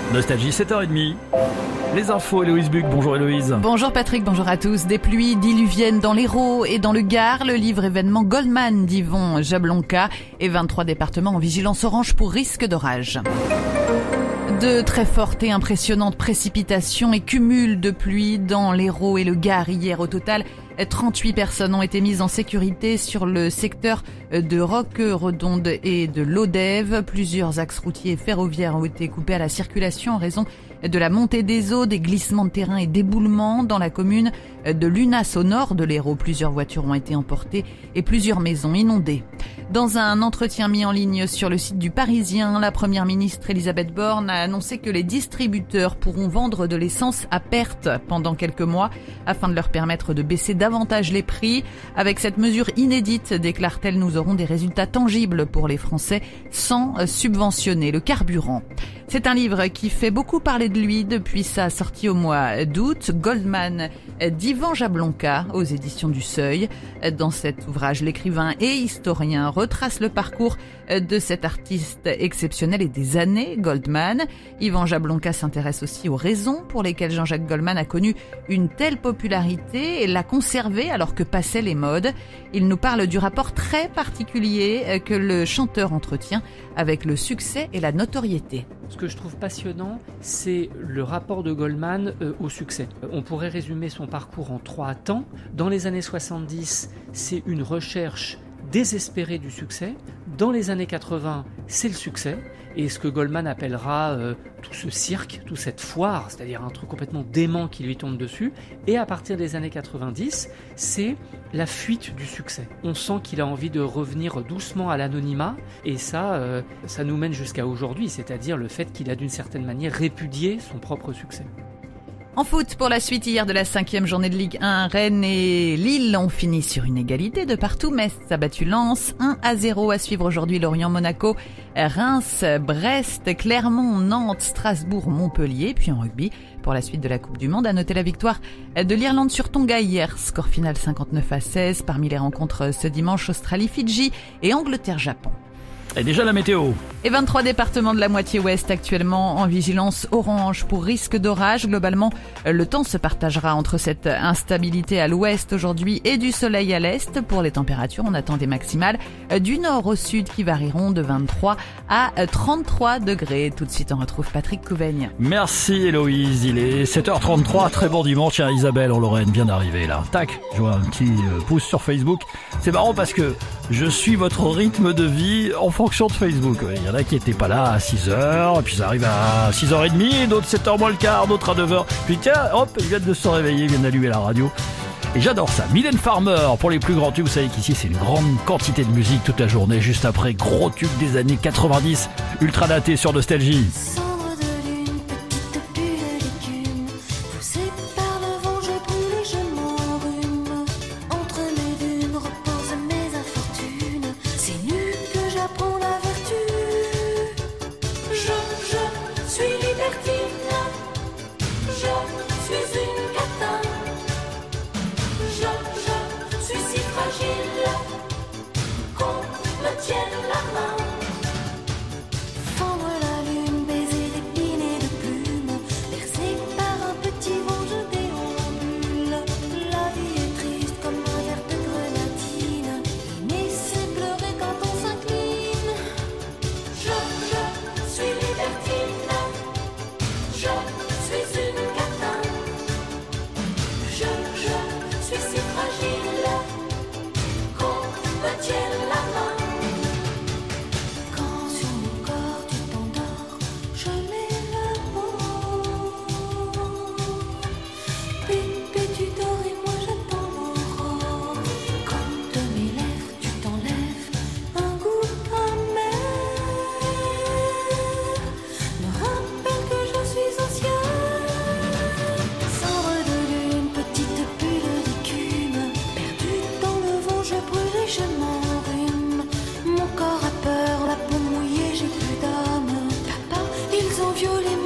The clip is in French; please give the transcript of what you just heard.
Nostalgie 7h30. Les infos, Héloïse Buc. Bonjour Héloïse. Bonjour Patrick, bonjour à tous. Des pluies diluviennes dans l'Hérault et dans le Gard. Le livre événement Goldman d'Yvon Jablonka et 23 départements en vigilance orange pour risque d'orage. De très fortes et impressionnantes précipitations et cumuls de pluie dans l'Hérault et le Gard hier. Au total, 38 personnes ont été mises en sécurité sur le secteur de Roque-Redonde et de Lodève. Plusieurs axes routiers et ferroviaires ont été coupés à la circulation en raison de la montée des eaux, des glissements de terrain et d'éboulements dans la commune de Lunas au nord de l'Hérault. Plusieurs voitures ont été emportées et plusieurs maisons inondées. Dans un entretien mis en ligne sur le site du Parisien, la première ministre Elisabeth Borne a annoncé que les distributeurs pourront vendre de l'essence à perte pendant quelques mois afin de leur permettre de baisser davantage les prix. Avec cette mesure inédite, déclare-t-elle, nous aurons des résultats tangibles pour les Français sans subventionner le carburant. C'est un livre qui fait beaucoup parler de lui depuis sa sortie au mois d'août, Goldman d'Yvon Jablonka aux éditions du Seuil. Dans cet ouvrage, l'écrivain et historien retrace le parcours de cet artiste exceptionnel et des années Goldman. Yvon Jablonka s'intéresse aussi aux raisons pour lesquelles Jean-Jacques Goldman a connu une telle popularité et l'a conservé alors que passaient les modes. Il nous parle du rapport très particulier que le chanteur entretient avec le succès et la notoriété. Ce que je trouve passionnant, c'est le rapport de Goldman au succès. On pourrait résumer son parcours en 3 temps. Dans les années 70, c'est une recherche désespérée du succès. Dans les années 80, c'est le succès. Et ce que Goldman appellera tout ce cirque, toute cette foire, c'est-à-dire un truc complètement dément qui lui tombe dessus. Et à partir des années 90, c'est la fuite du succès. On sent qu'il a envie de revenir doucement à l'anonymat. Et ça nous mène jusqu'à aujourd'hui, c'est-à-dire le fait qu'il a d'une certaine manière répudié son propre succès. En foot, pour la suite hier de la 5e journée de Ligue 1, Rennes et Lille ont fini sur une égalité de partout. Metz a battu Lens 1-0. À suivre aujourd'hui Lorient, Monaco, Reims, Brest, Clermont, Nantes, Strasbourg, Montpellier. Puis en rugby, pour la suite de la Coupe du Monde, à noter la victoire de l'Irlande sur Tonga hier. Score final 59-16. Parmi les rencontres ce dimanche, Australie-Fidji et Angleterre-Japon. Et déjà la météo. Et 23 départements de la moitié ouest actuellement en vigilance orange pour risque d'orage. Globalement, le temps se partagera entre cette instabilité à l'ouest aujourd'hui et du soleil à l'est. Pour les températures, on attend des maximales du nord au sud qui varieront de 23 à 33 degrés. Tout de suite, on retrouve Patrick Couvaigne. Merci Héloïse, il est 7h33, très bon dimanche. Tiens, Isabelle en Lorraine vient d'arriver là. Tac, je vois un petit pouce sur Facebook. C'est marrant parce que je suis votre rythme de vie en fonction de Facebook. Il y en a qui étaient pas là à 6h, et puis ça arrive à 6h30, d'autres 7h moins le quart, d'autres à 9h. Puis tiens, hop, ils viennent de se réveiller, ils viennent d'allumer la radio. Et j'adore ça. Mylène Farmer, pour les plus grands tubes, vous savez qu'ici c'est une grande quantité de musique toute la journée, juste après gros tubes des années 90, ultra daté sur Nostalgie. Mon corps a peur, la peau mouillée, j'ai plus d'âme. Papa, ils ont violé